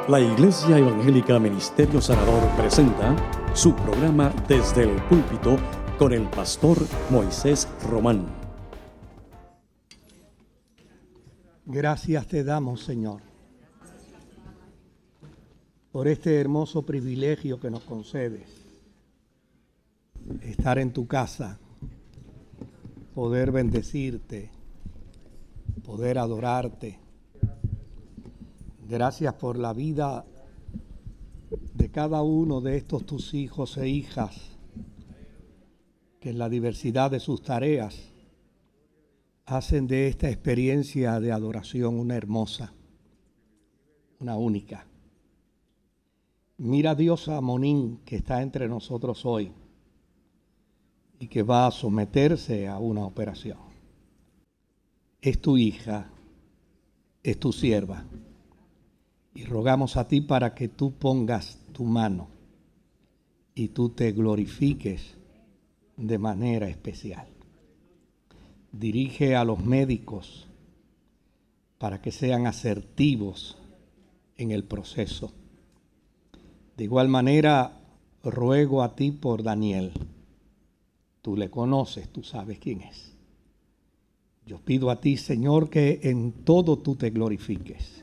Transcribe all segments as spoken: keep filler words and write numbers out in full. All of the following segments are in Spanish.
La Iglesia Evangélica Ministerio Sanador presenta su programa Desde el Púlpito con el pastor Moisés Román. Gracias te damos, Señor, por este hermoso privilegio que nos concedes, estar en tu casa, poder bendecirte, poder adorarte. Gracias por la vida de cada uno de estos tus hijos e hijas, que en la diversidad de sus tareas hacen de esta experiencia de adoración una hermosa, una única. Mira, Dios, a Monín, que está entre nosotros hoy y que va a someterse a una operación. Es tu hija, es tu sierva. Y rogamos a ti para que tú pongas tu mano y tú te glorifiques de manera especial. Dirige a los médicos para que sean asertivos en el proceso. De igual manera, ruego a ti por Daniel. Tú le conoces, tú sabes quién es. Yo pido a ti, Señor, que en todo tú te glorifiques.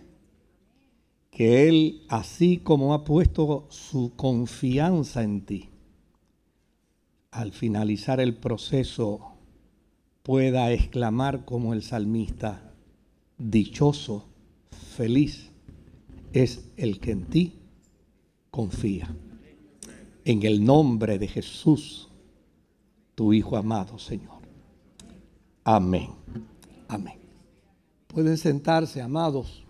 Que Él, así como ha puesto su confianza en ti, al finalizar el proceso pueda exclamar como el salmista: dichoso, feliz es el que en ti confía. En el nombre de Jesús, tu Hijo amado, Señor. Amén. Amén. Pueden sentarse, amados.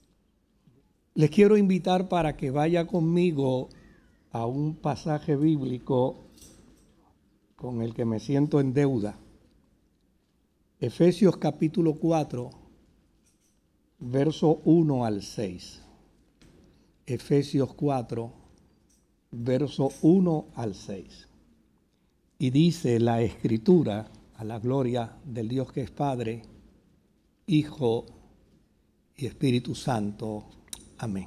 Les quiero invitar para que vaya conmigo a un pasaje bíblico con el que me siento en deuda. Efesios capítulo cuatro, verso uno al seis. Efesios cuatro, verso uno al seis. Y dice la Escritura, a la gloria del Dios que es Padre, Hijo y Espíritu Santo. Amén.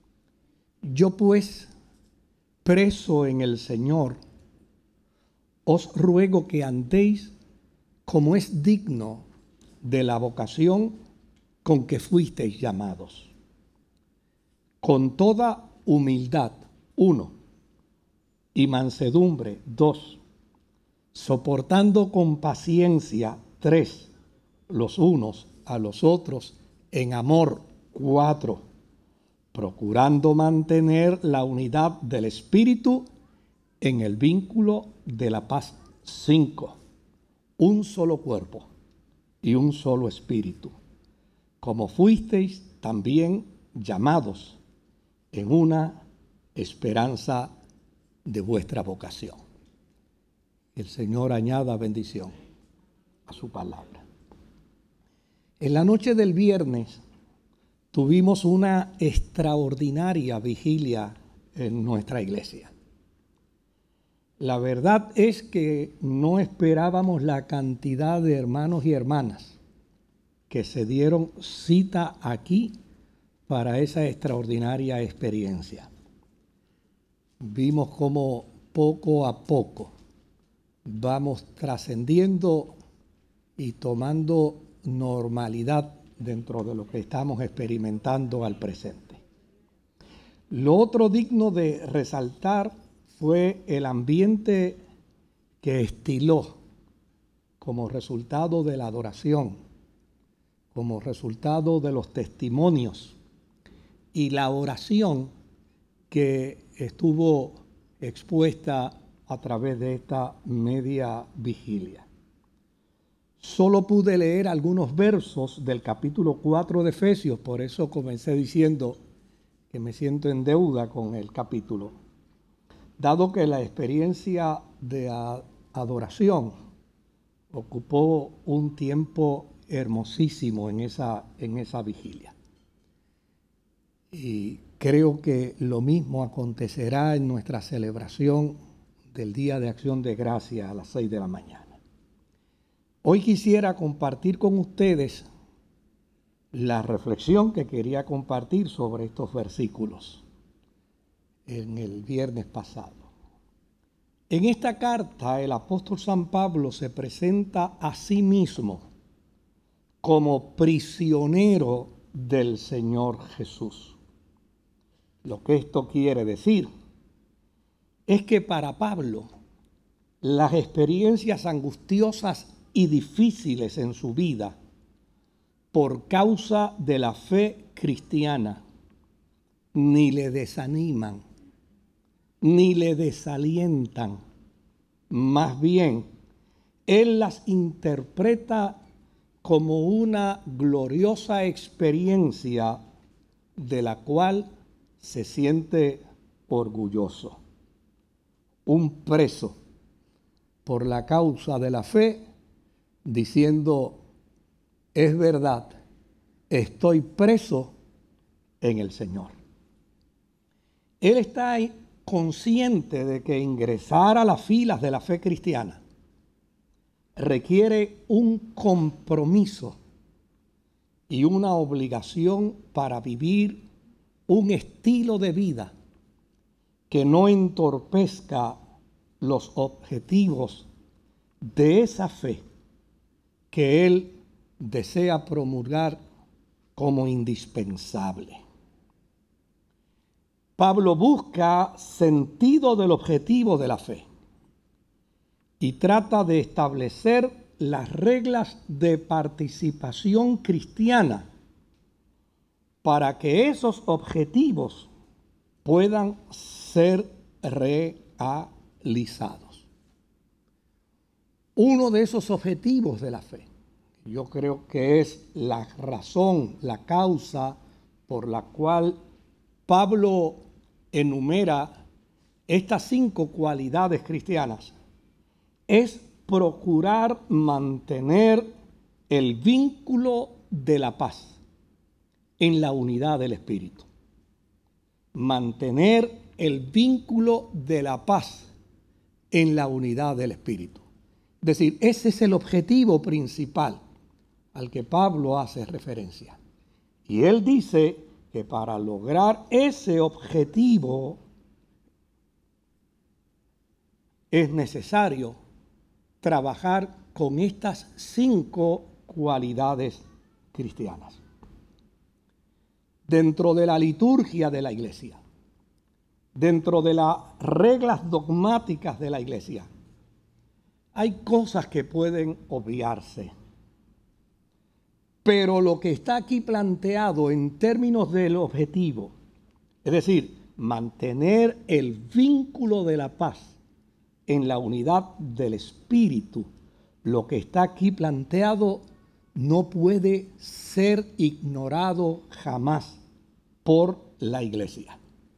Yo pues, preso en el Señor, os ruego que andéis como es digno de la vocación con que fuisteis llamados, con toda humildad, uno, y mansedumbre, dos, soportando con paciencia, tres, los unos a los otros en amor, cuatro, procurando mantener la unidad del Espíritu en el vínculo de la paz. Cinco, un solo cuerpo y un solo espíritu, como fuisteis también llamados en una esperanza de vuestra vocación. El Señor añada bendición a su palabra. En la noche del viernes tuvimos una extraordinaria vigilia en nuestra iglesia. La verdad es que no esperábamos la cantidad de hermanos y hermanas que se dieron cita aquí para esa extraordinaria experiencia. Vimos cómo poco a poco vamos trascendiendo y tomando normalidad dentro de lo que estamos experimentando al presente. Lo otro digno de resaltar fue el ambiente que estiló como resultado de la adoración, como resultado de los testimonios y la oración que estuvo expuesta a través de esta media vigilia. Solo pude leer algunos versos del capítulo cuatro de Efesios, por eso comencé diciendo que me siento en deuda con el capítulo, dado que la experiencia de adoración ocupó un tiempo hermosísimo en esa, en esa vigilia. Y creo que lo mismo acontecerá en nuestra celebración del Día de Acción de Gracias a las seis de la mañana. Hoy quisiera compartir con ustedes la reflexión que quería compartir sobre estos versículos en el viernes pasado. En esta carta el apóstol San Pablo se presenta a sí mismo como prisionero del Señor Jesús. Lo que esto quiere decir es que para Pablo las experiencias angustiosas y difíciles en su vida por causa de la fe cristiana ni le desaniman, ni le desalientan. Más bien, él las interpreta como una gloriosa experiencia de la cual se siente orgulloso. Un preso por la causa de la fe, diciendo, es verdad, estoy preso en el Señor. Él está consciente de que ingresar a las filas de la fe cristiana requiere un compromiso y una obligación para vivir un estilo de vida que no entorpezca los objetivos de esa fe que él desea promulgar como indispensable. Pablo busca sentido del objetivo de la fe y trata de establecer las reglas de participación cristiana para que esos objetivos puedan ser realizados. Uno de esos objetivos de la fe, yo creo que es la razón, la causa por la cual Pablo enumera estas cinco cualidades cristianas, es procurar mantener el vínculo de la paz en la unidad del Espíritu. Mantener el vínculo de la paz en la unidad del Espíritu. Es decir, ese es el objetivo principal al que Pablo hace referencia. Y él dice que para lograr ese objetivo es necesario trabajar con estas cinco cualidades cristianas. Dentro de la liturgia de la iglesia, dentro de las reglas dogmáticas de la iglesia, hay cosas que pueden obviarse. Pero lo que está aquí planteado en términos del objetivo, es decir, mantener el vínculo de la paz en la unidad del Espíritu, lo que está aquí planteado no puede ser ignorado jamás por la iglesia.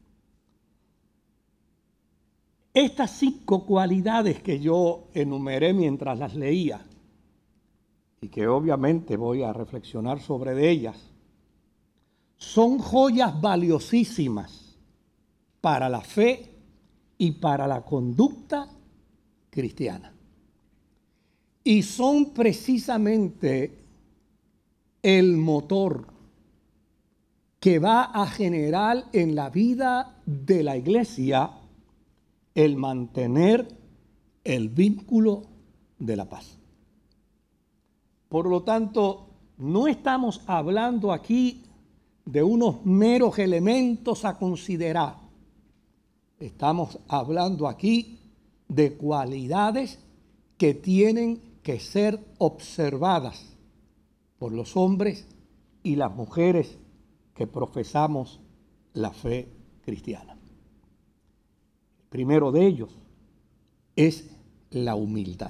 Estas cinco cualidades que yo enumeré mientras las leía, y que obviamente voy a reflexionar sobre ellas, son joyas valiosísimas para la fe y para la conducta cristiana. Y son precisamente el motor que va a generar en la vida de la iglesia el mantener el vínculo de la paz. Por lo tanto, no estamos hablando aquí de unos meros elementos a considerar. Estamos hablando aquí de cualidades que tienen que ser observadas por los hombres y las mujeres que profesamos la fe cristiana. El primero de ellos es la humildad.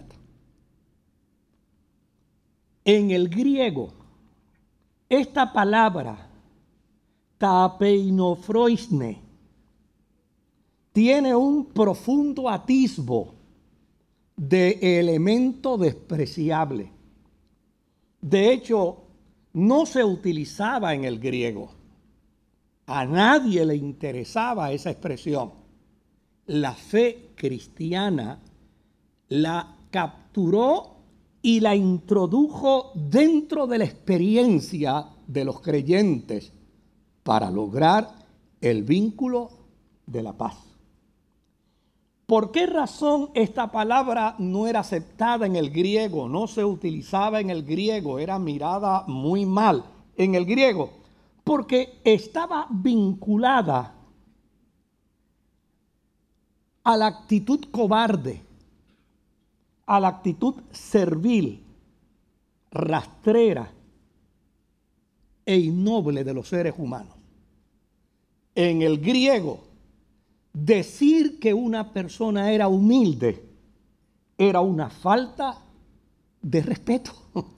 En el griego, esta palabra, tapeinofroisne, tiene un profundo atisbo de elemento despreciable. De hecho, no se utilizaba en el griego. A nadie le interesaba esa expresión. La fe cristiana la capturó y la introdujo dentro de la experiencia de los creyentes para lograr el vínculo de la paz. ¿Por qué razón esta palabra no era aceptada en el griego? No se utilizaba en el griego, era mirada muy mal en el griego, porque estaba vinculada a la actitud cobarde, a la actitud servil, rastrera e innoble de los seres humanos. En el griego, decir que una persona era humilde era una falta de respeto.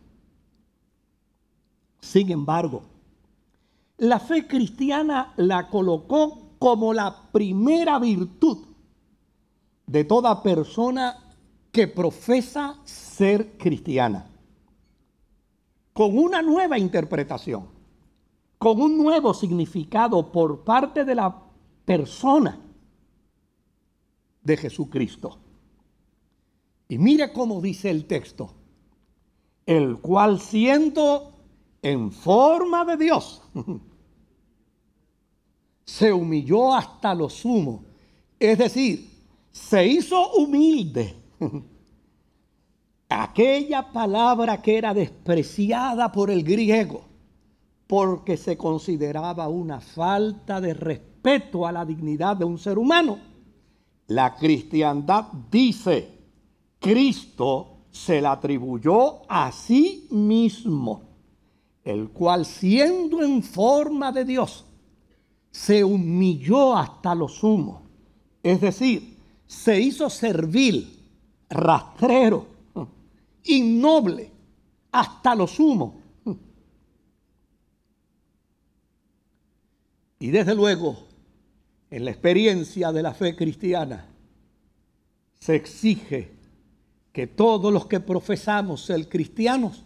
Sin embargo, la fe cristiana la colocó como la primera virtud de toda persona que profesa ser cristiana, con una nueva interpretación, con un nuevo significado por parte de la persona de Jesucristo. Y mire cómo dice el texto: el cual, siendo en forma de Dios, se humilló hasta lo sumo, es decir, se hizo humilde. Aquella palabra que era despreciada por el griego porque se consideraba una falta de respeto a la dignidad de un ser humano, la cristiandad dice: Cristo se la atribuyó a sí mismo, el cual, siendo en forma de Dios, se humilló hasta lo sumo, es decir, se hizo servil, rastrero, innoble, hasta lo sumo. Y desde luego, en la experiencia de la fe cristiana, se exige que todos los que profesamos ser cristianos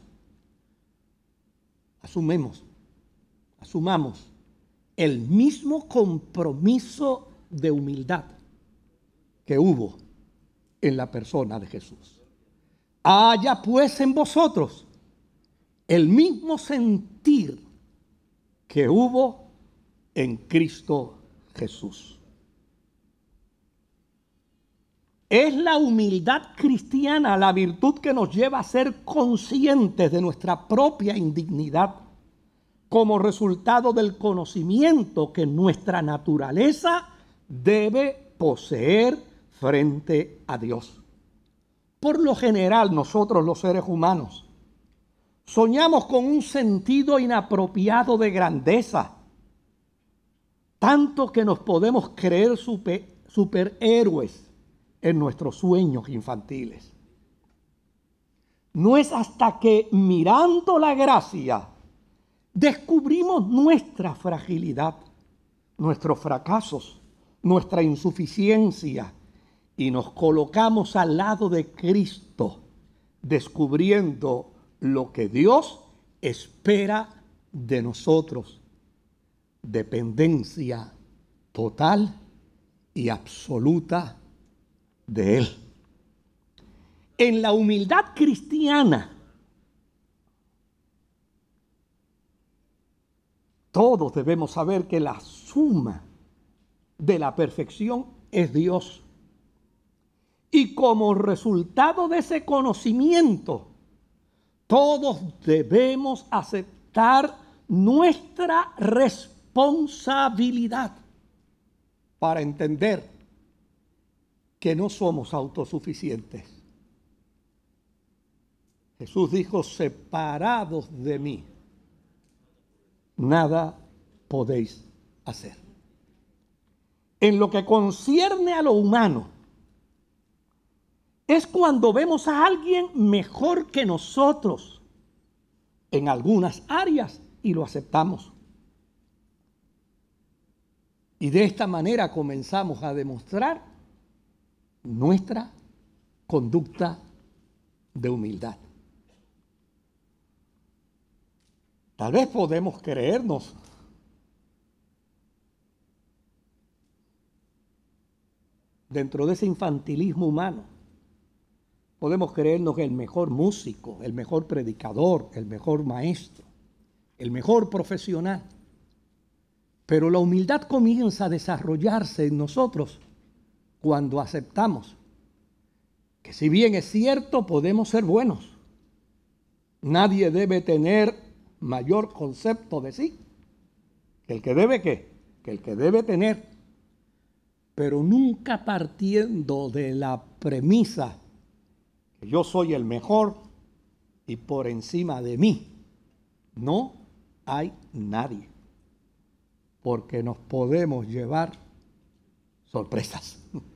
asumemos, asumamos el mismo compromiso de humildad que hubo en la persona de Jesús. Haya pues en vosotros el mismo sentir que hubo en Cristo Jesús. Es la humildad cristiana la virtud que nos lleva a ser conscientes de nuestra propia indignidad como resultado del conocimiento que nuestra naturaleza debe poseer frente a Dios. Por lo general, nosotros los seres humanos soñamos con un sentido inapropiado de grandeza, tanto que nos podemos creer super, superhéroes en nuestros sueños infantiles. No es hasta que, mirando la gracia, descubrimos nuestra fragilidad, nuestros fracasos, nuestra insuficiencia, y nos colocamos al lado de Cristo, descubriendo lo que Dios espera de nosotros: dependencia total y absoluta de Él. En la humildad cristiana, todos debemos saber que la suma de la perfección es Dios. Y como resultado de ese conocimiento, todos debemos aceptar nuestra responsabilidad para entender que no somos autosuficientes. Jesús dijo: separados de mí, nada podéis hacer. En lo que concierne a lo humano, es cuando vemos a alguien mejor que nosotros en algunas áreas y lo aceptamos. Y de esta manera comenzamos a demostrar nuestra conducta de humildad. Tal vez podemos creernos dentro de ese infantilismo humano. Podemos creernos el mejor músico, el mejor predicador, el mejor maestro, el mejor profesional. Pero la humildad comienza a desarrollarse en nosotros cuando aceptamos que, si bien es cierto, podemos ser buenos, nadie debe tener mayor concepto de sí que el que debe ¿qué? Que el que debe tener, pero nunca partiendo de la premisa que yo soy el mejor y por encima de mí no hay nadie, porque nos podemos llevar sorpresas.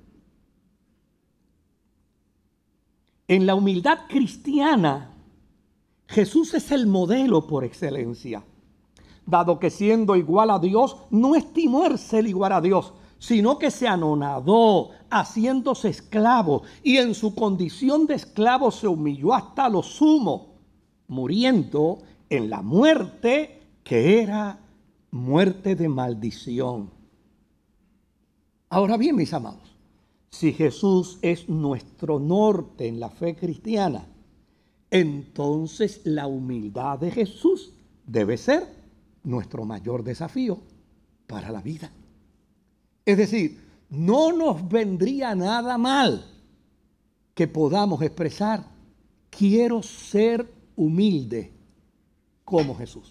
En la humildad cristiana, Jesús es el modelo por excelencia, dado que siendo igual a Dios, no estimó el ser igual a Dios, sino que se anonadó, haciéndose esclavo, y en su condición de esclavo se humilló hasta lo sumo, muriendo en la muerte que era muerte de maldición. Ahora bien, mis amados, si Jesús es nuestro norte en la fe cristiana, entonces la humildad de Jesús debe ser nuestro mayor desafío para la vida. Es decir, no nos vendría nada mal que podamos expresar: quiero ser humilde como Jesús.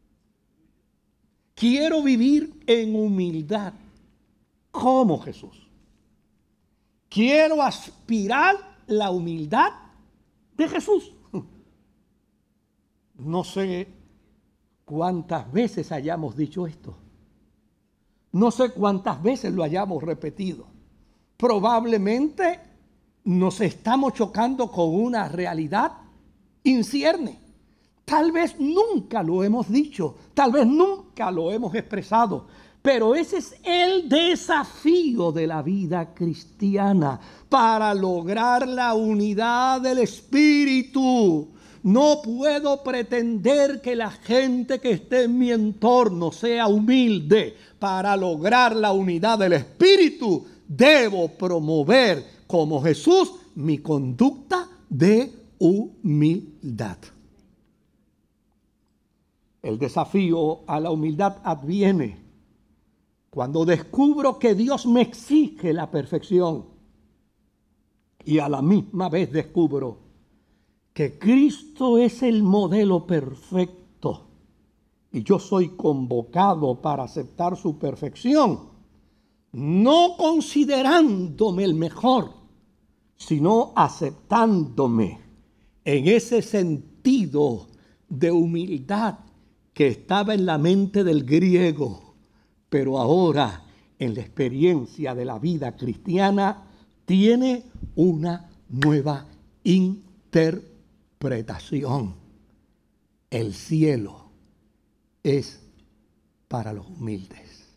Quiero vivir en humildad como Jesús. Quiero aspirar la humildad de Jesús. No sé cuántas veces hayamos dicho esto. No sé cuántas veces lo hayamos repetido. Probablemente nos estamos chocando con una realidad incierne. Tal vez nunca lo hemos dicho, tal vez nunca lo hemos expresado, pero ese es el desafío de la vida cristiana para lograr la unidad del Espíritu. No puedo pretender que la gente que esté en mi entorno sea humilde. Para lograr la unidad del Espíritu, debo promover como Jesús mi conducta de humildad. El desafío a la humildad adviene cuando descubro que Dios me exige la perfección y a la misma vez descubro que Cristo es el modelo perfecto y yo soy convocado para aceptar su perfección, no considerándome el mejor, sino aceptándome en ese sentido de humildad que estaba en la mente del griego, pero ahora en la experiencia de la vida cristiana tiene una nueva interpretación. El cielo es para los humildes.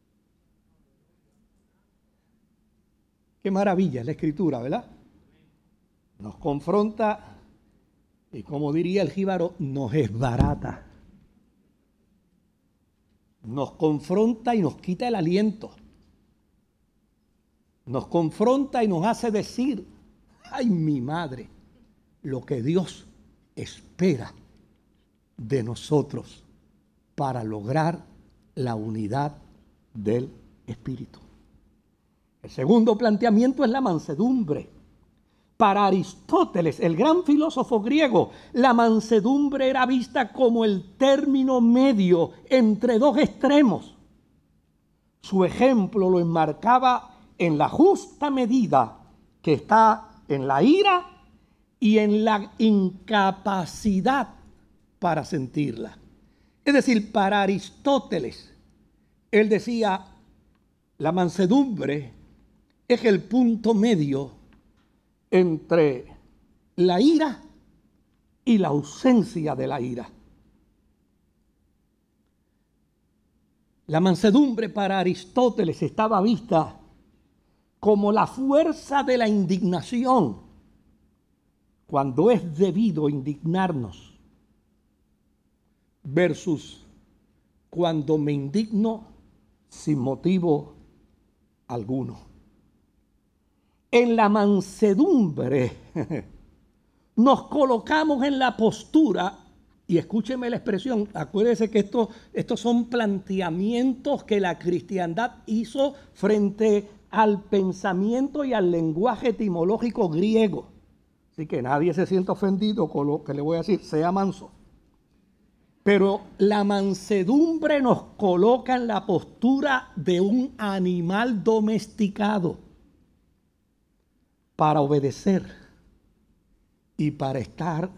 Qué maravilla la Escritura, ¿verdad? Nos confronta y, como diría el jíbaro, nos esbarata. Nos confronta y nos quita el aliento. Nos confronta y nos hace decir: ay, mi madre, lo que Dios espera de nosotros para lograr la unidad del Espíritu. El segundo planteamiento es la mansedumbre. Para Aristóteles, el gran filósofo griego, la mansedumbre era vista como el término medio entre dos extremos. Su ejemplo lo enmarcaba en la justa medida que está en la ira y en la incapacidad para sentirla. Es decir, para Aristóteles, él decía, la mansedumbre es el punto medio entre la ira y la ausencia de la ira. La mansedumbre para Aristóteles estaba vista como la fuerza de la indignación cuando es debido indignarnos, versus cuando me indigno sin motivo alguno. En la mansedumbre nos colocamos en la postura Y escúcheme la expresión, acuérdese que esto, estos son planteamientos que la cristiandad hizo frente al pensamiento y al lenguaje etimológico griego. Así que nadie se sienta ofendido con lo que le voy a decir, sea manso. Pero la mansedumbre nos coloca en la postura de un animal domesticado para obedecer y para estar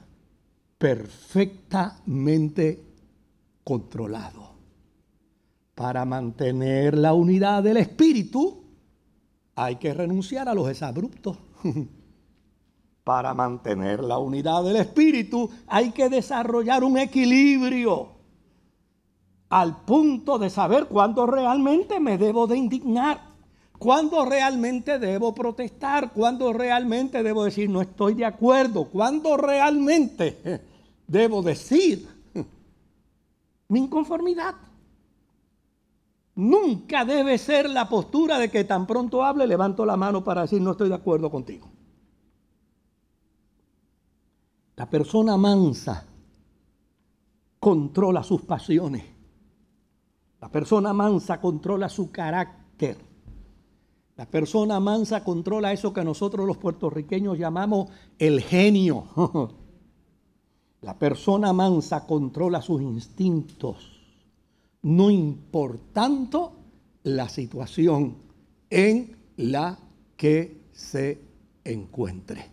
perfectamente controlado. Para mantener la unidad del espíritu hay que renunciar a los exabruptos. Para mantener la unidad del espíritu hay que desarrollar un equilibrio al punto de saber cuándo realmente me debo de indignar, cuándo realmente debo protestar, cuándo realmente debo decir no estoy de acuerdo, cuándo realmente debo decir mi inconformidad. Nunca debe ser la postura de que tan pronto hable, levanto la mano para decir no estoy de acuerdo contigo. La persona mansa controla sus pasiones. La persona mansa controla su carácter. La persona mansa controla eso que nosotros los puertorriqueños llamamos el genio. La persona mansa controla sus instintos, no importando la situación en la que se encuentre.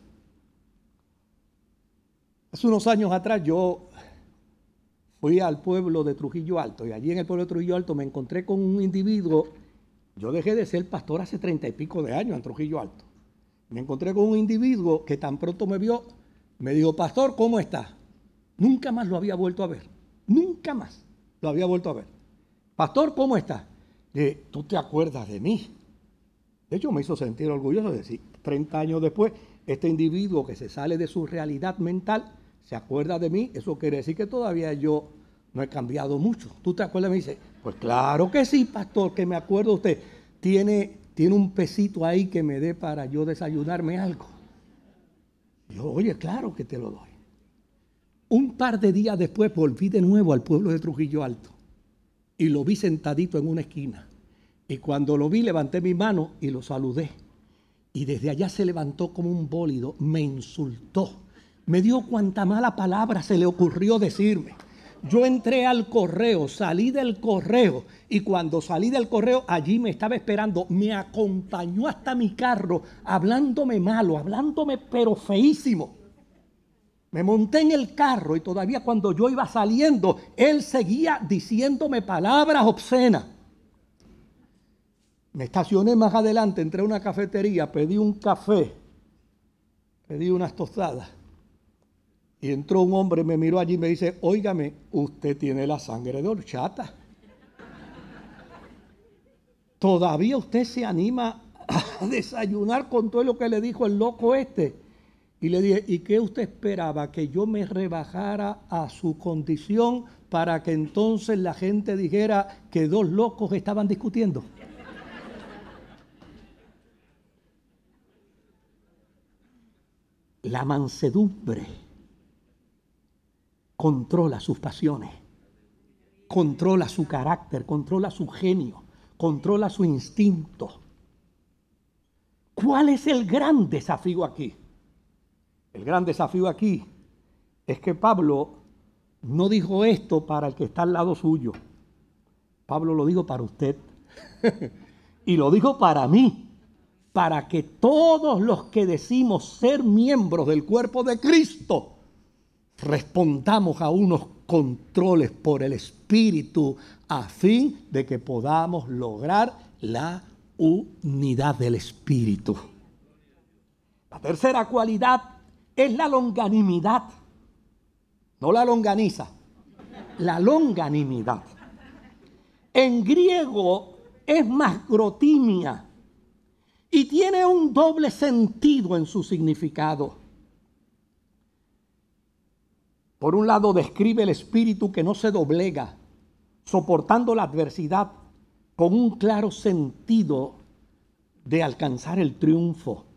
Hace unos años atrás yo fui al pueblo de Trujillo Alto y allí en el pueblo de Trujillo Alto me encontré con un individuo. Yo dejé de ser pastor hace treinta y pico de años en Trujillo Alto. Me encontré con un individuo que tan pronto me vio, me dijo, pastor, ¿cómo está? Nunca más lo había vuelto a ver. Nunca más lo había vuelto a ver. Pastor, ¿cómo está? Le dije, ¿tú te acuerdas de mí? De hecho, me hizo sentir orgulloso de decir, treinta años después, este individuo que se sale de su realidad mental, se acuerda de mí. Eso quiere decir que todavía yo no he cambiado mucho. ¿Tú te acuerdas? Me dice, pues claro que sí, pastor, que me acuerdo de usted. Tiene, tiene un pesito ahí que me dé para yo desayunarme algo. Yo, oye, claro que te lo doy. Un par de días después volví de nuevo al pueblo de Trujillo Alto y lo vi sentadito en una esquina. Y cuando lo vi levanté mi mano y lo saludé. Y desde allá se levantó como un bólido, me insultó. Me dio cuanta mala palabra se le ocurrió decirme. Yo entré al correo, salí del correo y cuando salí del correo allí me estaba esperando, me acompañó hasta mi carro hablándome malo, hablándome pero feísimo. Me monté en el carro y todavía cuando yo iba saliendo, él seguía diciéndome palabras obscenas. Me estacioné más adelante, entré a una cafetería, pedí un café, pedí unas tostadas. Y entró un hombre, me miró allí y me dice, óigame, usted tiene la sangre de horchata. ¿Todavía usted se anima a desayunar con todo lo que le dijo el loco este? Y le dije, ¿y qué usted esperaba? ¿Que yo me rebajara a su condición para que entonces la gente dijera que dos locos estaban discutiendo? La mansedumbre controla sus pasiones, controla su carácter, controla su genio, controla su instinto. ¿Cuál es el gran desafío aquí? El gran desafío aquí es que Pablo no dijo esto para el que está al lado suyo. Pablo lo dijo para usted y lo dijo para mí, para que todos los que decimos ser miembros del cuerpo de Cristo respondamos a unos controles por el Espíritu a fin de que podamos lograr la unidad del Espíritu. La tercera cualidad es la longanimidad, no la longaniza, la longanimidad. En griego es masgrotimia y tiene un doble sentido en su significado. Por un lado, describe el espíritu que no se doblega, soportando la adversidad con un claro sentido de alcanzar el triunfo.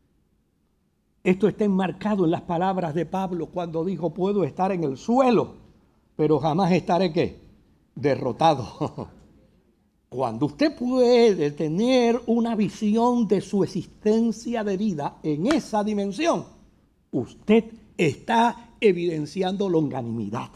Esto está enmarcado en las palabras de Pablo cuando dijo, puedo estar en el suelo pero jamás estaré ¿qué? Derrotado. Cuando usted puede tener una visión de su existencia de vida en esa dimensión, usted está evidenciando longanimidad.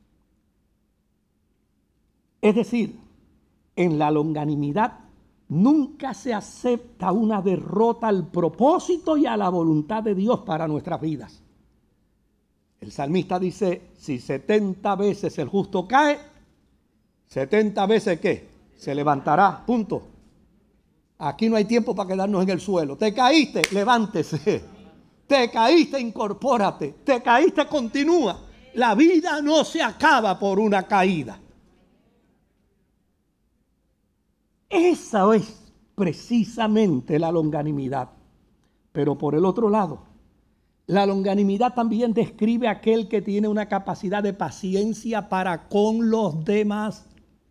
Es decir, en la longanimidad nunca se acepta una derrota al propósito y a la voluntad de Dios para nuestras vidas. El salmista dice, si setenta veces el justo cae, setenta veces ¿qué? Se levantará, punto. Aquí no hay tiempo para quedarnos en el suelo. Te caíste, levántese. Te caíste, incorpórate. Te caíste, continúa. La vida no se acaba por una caída. Esa es precisamente la longanimidad. Pero por el otro lado, la longanimidad también describe a aquel que tiene una capacidad de paciencia para con los demás.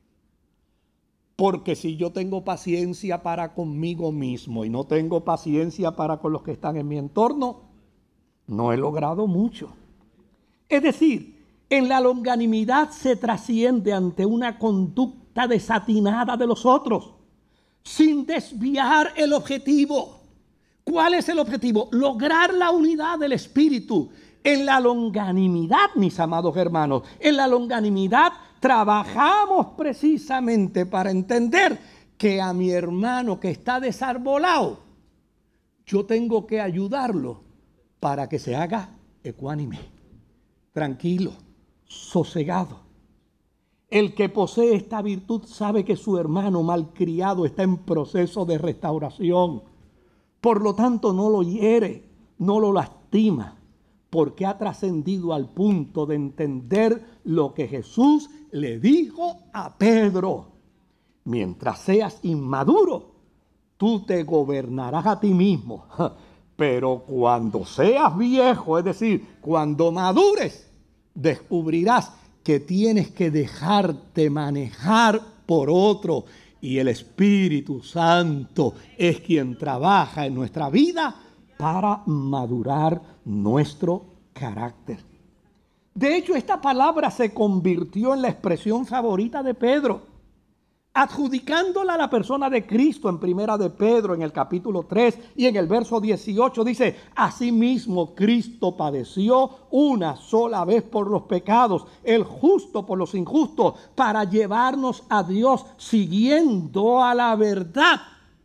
Porque si yo tengo paciencia para conmigo mismo y no tengo paciencia para con los que están en mi entorno, no he logrado mucho. Es decir, en la longanimidad se trasciende ante una conducta desatinada de los otros, sin desviar el objetivo. ¿Cuál es el objetivo? Lograr la unidad del espíritu. En la longanimidad, mis amados hermanos, en la longanimidad trabajamos precisamente para entender que a mi hermano que está desarbolado, yo tengo que ayudarlo para que se haga ecuánime, tranquilo, sosegado. El que posee esta virtud sabe que su hermano malcriado está en proceso de restauración. Por lo tanto, no lo hiere, no lo lastima, porque ha trascendido al punto de entender lo que Jesús le dijo a Pedro. Mientras seas inmaduro, tú te gobernarás a ti mismo. Pero cuando seas viejo, es decir, cuando madures, descubrirás que tienes que dejarte manejar por otro. Y el Espíritu Santo es quien trabaja en nuestra vida para madurar nuestro carácter. De hecho, esta palabra se convirtió en la expresión favorita de Pedro, adjudicándola a la persona de Cristo en Primera de Pedro, en el capítulo tres y en el verso dieciocho, dice, asimismo Cristo padeció una sola vez por los pecados, el justo por los injustos, para llevarnos a Dios siguiendo a la verdad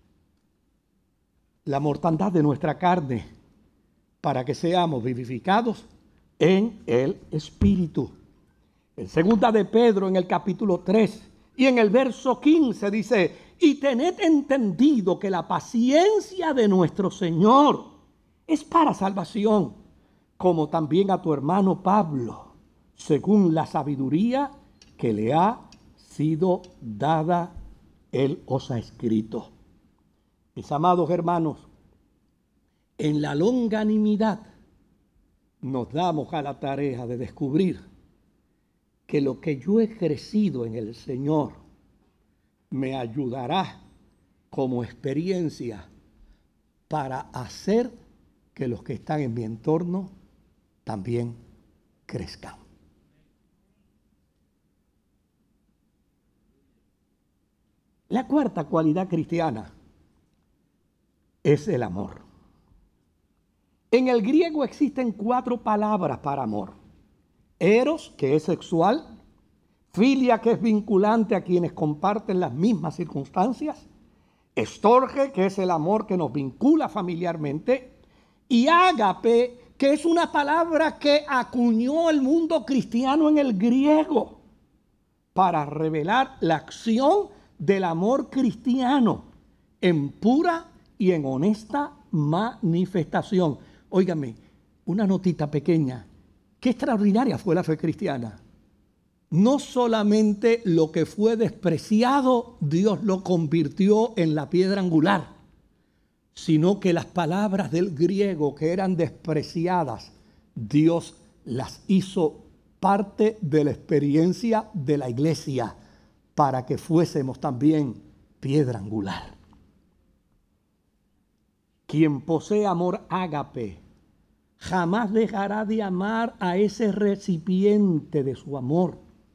la mortandad de nuestra carne, para que seamos vivificados en el Espíritu. En Segunda de Pedro, en el capítulo tres y en el verso quince dice, y tened entendido que la paciencia de nuestro Señor es para salvación, como también a tu hermano Pablo, según la sabiduría que le ha sido dada, él os ha escrito. Mis amados hermanos, en la longanimidad nos damos a la tarea de descubrir que lo que yo he crecido en el Señor me ayudará como experiencia para hacer que los que están en mi entorno también crezcan. La cuarta cualidad cristiana es el amor. En el griego existen cuatro palabras para amor. Eros, que es sexual. Filia, que es vinculante a quienes comparten las mismas circunstancias. Estorge, que es el amor que nos vincula familiarmente. Y ágape, que es una palabra que acuñó el mundo cristiano en el griego para revelar la acción del amor cristiano en pura y en honesta manifestación. Óigame, una notita pequeña. Qué extraordinaria fue la fe cristiana. No solamente lo que fue despreciado, Dios lo convirtió en la piedra angular, sino que las palabras del griego que eran despreciadas, Dios las hizo parte de la experiencia de la iglesia para que fuésemos también piedra angular. Quien posee amor ágape jamás dejará de amar a ese recipiente de su amor,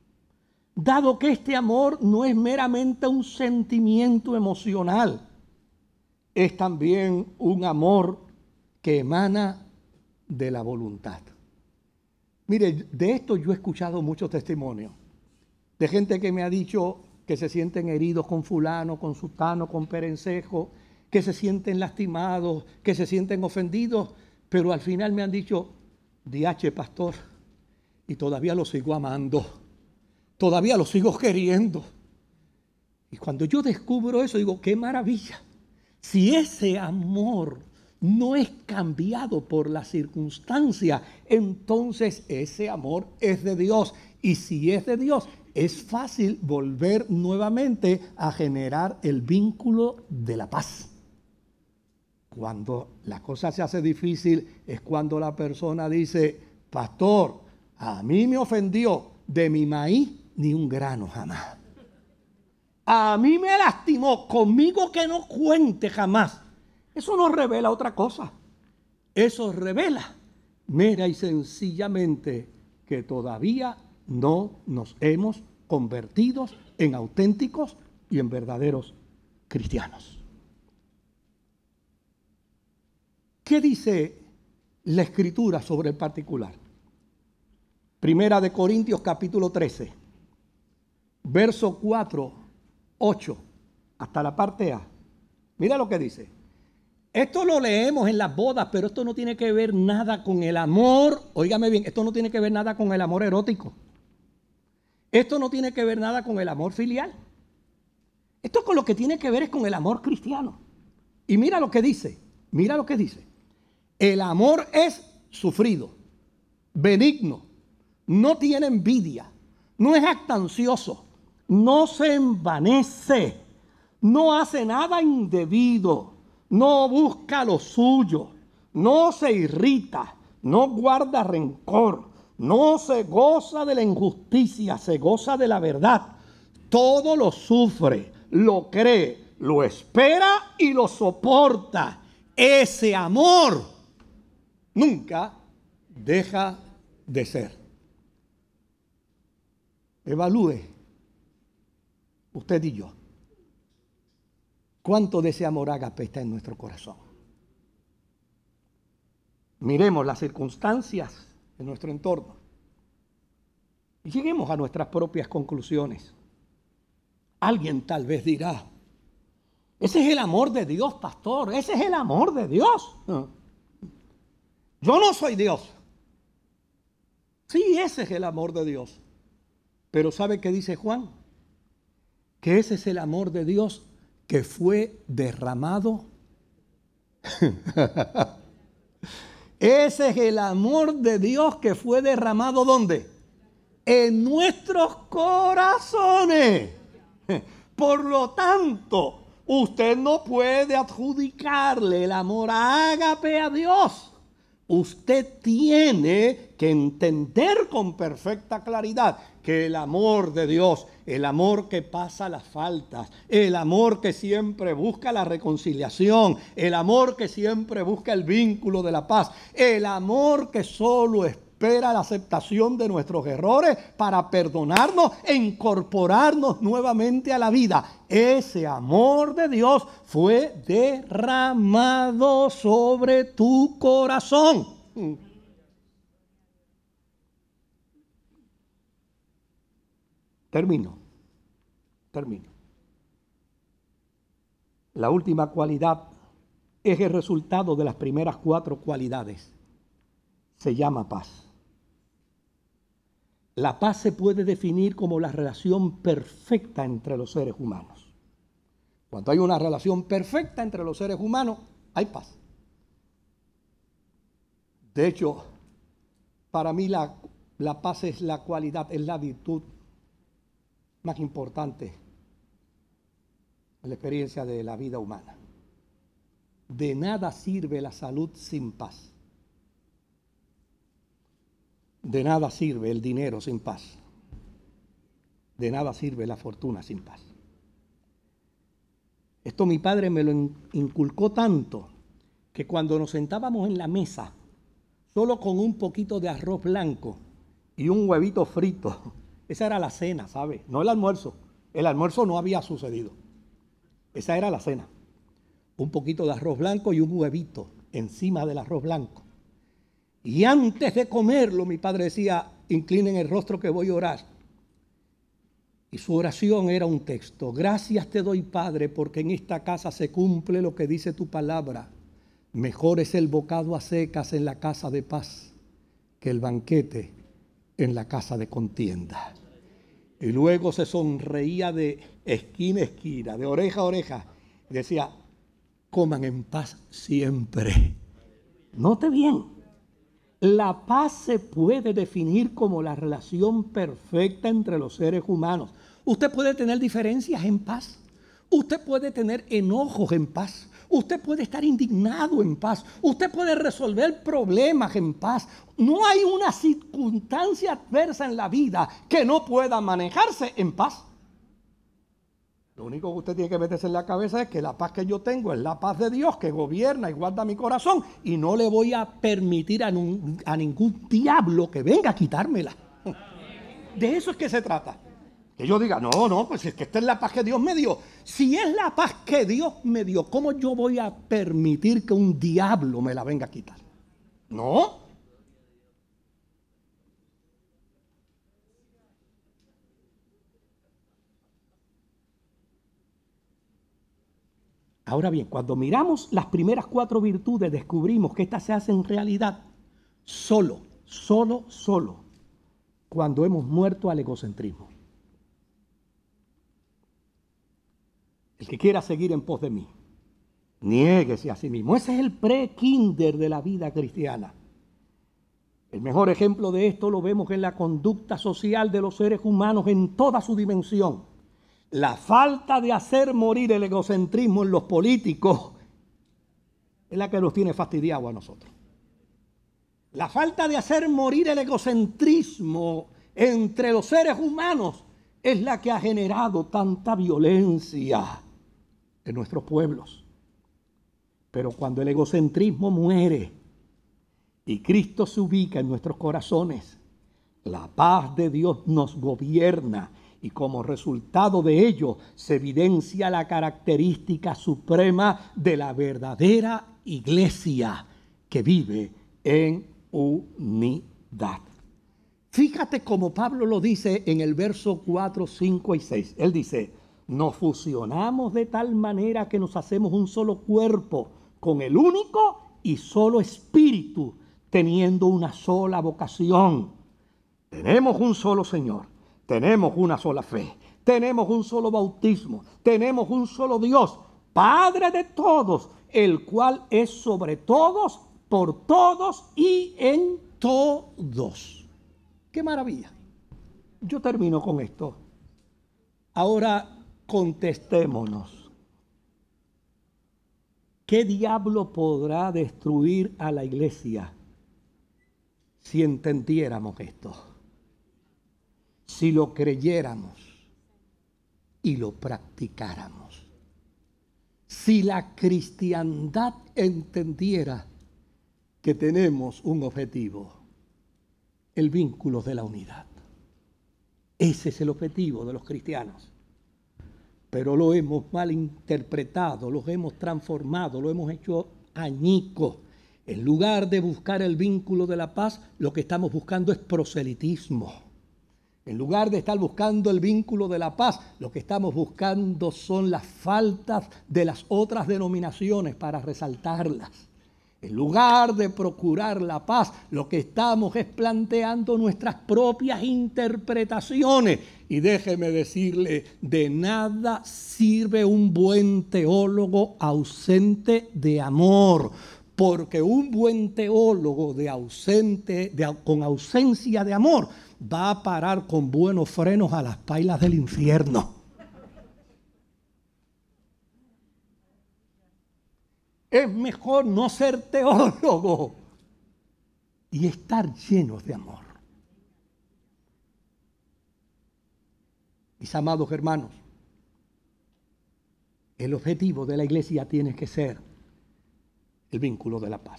dado que este amor no es meramente un sentimiento emocional, es también un amor que emana de la voluntad. Mire, de esto yo he escuchado muchos testimonios de gente que me ha dicho que se sienten heridos con fulano, con sutano, con perencejo, que se sienten lastimados, que se sienten ofendidos, pero al final me han dicho, diache pastor, y todavía lo sigo amando, todavía lo sigo queriendo. Y cuando yo descubro eso, digo, qué maravilla. Si ese amor no es cambiado por la circunstancia, entonces ese amor es de Dios. Y si es de Dios, es fácil volver nuevamente a generar el vínculo de la paz. Cuando la cosa se hace difícil es cuando la persona dice, pastor, a mí me ofendió, de mi maíz ni un grano jamás. A mí me lastimó, conmigo que no cuente jamás. Eso no revela otra cosa. Eso revela mera y sencillamente que todavía no nos hemos convertido en auténticos y en verdaderos cristianos. ¿Qué dice la Escritura sobre el particular? Primera de Corintios capítulo trece, verso cuatro, ocho, hasta la parte A. Mira lo que dice. Esto lo leemos en las bodas, pero esto no tiene que ver nada con el amor. Óigame bien, esto no tiene que ver nada con el amor erótico. Esto no tiene que ver nada con el amor filial. Esto con lo que tiene que ver es con el amor cristiano. Y mira lo que dice, mira lo que dice. El amor es sufrido, benigno, no tiene envidia, no es jactancioso, no se envanece, no hace nada indebido, no busca lo suyo, no se irrita, no guarda rencor, no se goza de la injusticia, se goza de la verdad. Todo lo sufre, lo cree, lo espera y lo soporta. Ese amor nunca deja de ser. Evalúe usted y yo. ¿Cuánto de ese amor ágape está en nuestro corazón? Miremos las circunstancias en nuestro entorno y lleguemos a nuestras propias conclusiones. Alguien tal vez dirá, ese es el amor de Dios, pastor, ese es el amor de Dios. Yo no soy Dios. Sí, ese es el amor de Dios. Pero ¿sabe qué dice Juan? Que ese es el amor de Dios que fue derramado. Ese es el amor de Dios que fue derramado ¿dónde? En nuestros corazones. Por lo tanto, usted no puede adjudicarle el amor ágape a Dios. Usted tiene que entender con perfecta claridad que el amor de Dios, el amor que pasa las faltas, el amor que siempre busca la reconciliación, el amor que siempre busca el vínculo de la paz, el amor que solo espera la aceptación de nuestros errores para perdonarnos e incorporarnos nuevamente a la vida. Ese amor de Dios fue derramado sobre tu corazón. Termino, termino. La última cualidad es el resultado de las primeras cuatro cualidades. Se llama paz. La paz se puede definir como la relación perfecta entre los seres humanos. Cuando hay una relación perfecta entre los seres humanos, hay paz. De hecho, para mí la, la paz es la cualidad, es la virtud más importante en la experiencia de la vida humana. De nada sirve la salud sin paz. De nada sirve el dinero sin paz. De nada sirve la fortuna sin paz. Esto mi padre me lo inculcó tanto que cuando nos sentábamos en la mesa, solo con un poquito de arroz blanco y un huevito frito Esa era la cena, ¿sabe? No el almuerzo. El almuerzo no había sucedido. Esa era la cena. Un poquito de arroz blanco y un huevito encima del arroz blanco. Y antes de comerlo, mi padre decía, inclinen el rostro que voy a orar. Y su oración era un texto. Gracias te doy, Padre, porque en esta casa se cumple lo que dice tu palabra. Mejor es el bocado a secas en la casa de paz que el banquete en la casa de contienda. Y luego se sonreía de esquina a esquina, de oreja a oreja. Y decía, coman en paz siempre. Note bien. La paz se puede definir como la relación perfecta entre los seres humanos. Usted puede tener diferencias en paz. Usted puede tener enojos en paz. Usted puede estar indignado en paz. Usted puede resolver problemas en paz. No hay una circunstancia adversa en la vida que no pueda manejarse en paz. Lo único que usted tiene que meterse en la cabeza es que la paz que yo tengo es la paz de Dios que gobierna y guarda mi corazón y no le voy a permitir a, un, a ningún diablo que venga a quitármela. De eso es que se trata. Que yo diga, no, no, pues es que esta es la paz que Dios me dio. Si es la paz que Dios me dio, ¿cómo yo voy a permitir que un diablo me la venga a quitar? No. Ahora bien, cuando miramos las primeras cuatro virtudes, descubrimos que estas se hacen realidad solo, solo, solo, cuando hemos muerto al egocentrismo. El que quiera seguir en pos de mí, niéguese a sí mismo. Ese es el pre-kinder de la vida cristiana. El mejor ejemplo de esto lo vemos en la conducta social de los seres humanos en toda su dimensión. La falta de hacer morir el egocentrismo en los políticos es la que nos tiene fastidiados a nosotros. La falta de hacer morir el egocentrismo entre los seres humanos es la que ha generado tanta violencia en nuestros pueblos. Pero cuando el egocentrismo muere y Cristo se ubica en nuestros corazones, la paz de Dios nos gobierna. Y como resultado de ello se evidencia la característica suprema de la verdadera iglesia que vive en unidad. Fíjate cómo Pablo lo dice en el verso cuatro, cinco y seis. Él dice, nos fusionamos de tal manera que nos hacemos un solo cuerpo con el único y solo espíritu, teniendo una sola vocación. Tenemos un solo Señor. Tenemos una sola fe, tenemos un solo bautismo, tenemos un solo Dios, Padre de todos, el cual es sobre todos, por todos y en todos. ¡Qué maravilla! Yo termino con esto. Ahora contestémonos. ¿Qué diablo podrá destruir a la iglesia si entendiéramos esto? Si lo creyéramos y lo practicáramos. Si la cristiandad entendiera que tenemos un objetivo, el vínculo de la unidad. Ese es el objetivo de los cristianos. Pero lo hemos malinterpretado, lo hemos transformado, lo hemos hecho añicos. En lugar de buscar el vínculo de la paz, lo que estamos buscando es proselitismo. En lugar de estar buscando el vínculo de la paz, lo que estamos buscando son las faltas de las otras denominaciones para resaltarlas. En lugar de procurar la paz, lo que estamos es planteando nuestras propias interpretaciones. Y déjeme decirle, de nada sirve un buen teólogo ausente de amor. Porque un buen teólogo de ausente, de, con ausencia de amor va a parar con buenos frenos a las pailas del infierno. Es mejor no ser teólogo y estar llenos de amor. Mis amados hermanos, el objetivo de la iglesia tiene que ser el vínculo de la paz.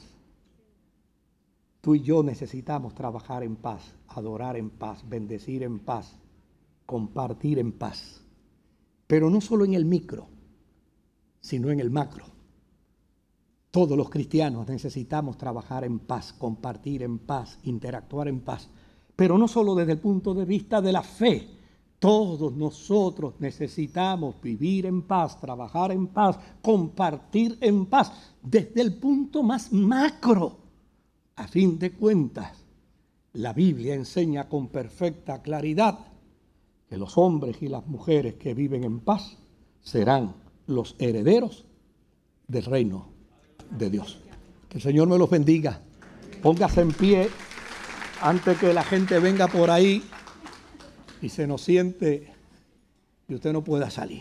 Tú y yo necesitamos trabajar en paz, adorar en paz, bendecir en paz, compartir en paz. Pero no solo en el micro, sino en el macro. Todos los cristianos necesitamos trabajar en paz, compartir en paz, interactuar en paz. Pero no solo desde el punto de vista de la fe. Todos nosotros necesitamos vivir en paz, trabajar en paz, compartir en paz, desde el punto más macro. A fin de cuentas, la Biblia enseña con perfecta claridad que los hombres y las mujeres que viven en paz serán los herederos del reino de Dios. Que el Señor me los bendiga. Póngase en pie antes que la gente venga por ahí y se nos siente y usted no pueda salir.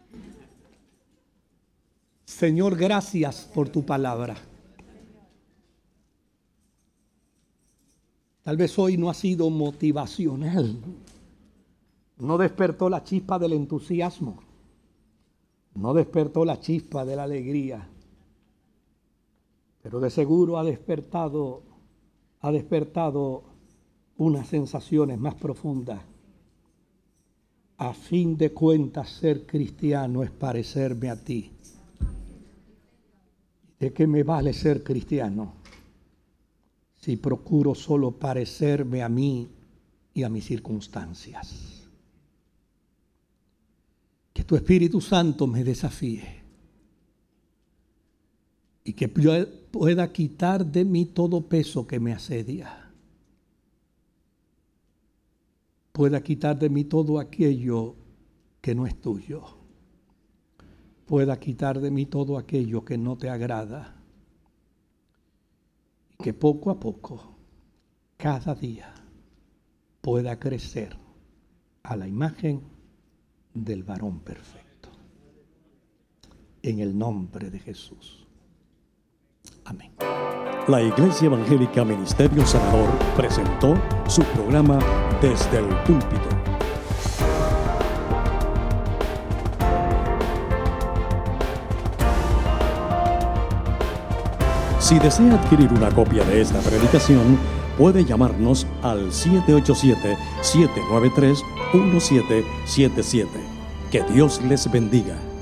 Señor, gracias por tu palabra. Tal vez hoy no ha sido motivacional. No despertó la chispa del entusiasmo. No despertó la chispa de la alegría. Pero de seguro ha despertado, ha despertado unas sensaciones más profundas. A fin de cuentas, ser cristiano es parecerme a ti. ¿De qué me vale ser cristiano si procuro solo parecerme a mí y a mis circunstancias? Que tu Espíritu Santo me desafíe y que yo pueda quitar de mí todo peso que me asedia. Pueda quitar de mí todo aquello que no es tuyo. Pueda quitar de mí todo aquello que no te agrada. Y que poco a poco, cada día, pueda crecer a la imagen del varón perfecto. En el nombre de Jesús. Amén. La Iglesia Evangélica Ministerio Sanador presentó su programa Desde el Púlpito. Si desea adquirir una copia de esta predicación, puede llamarnos al siete ocho siete, siete nueve tres, uno siete siete siete. Que Dios les bendiga.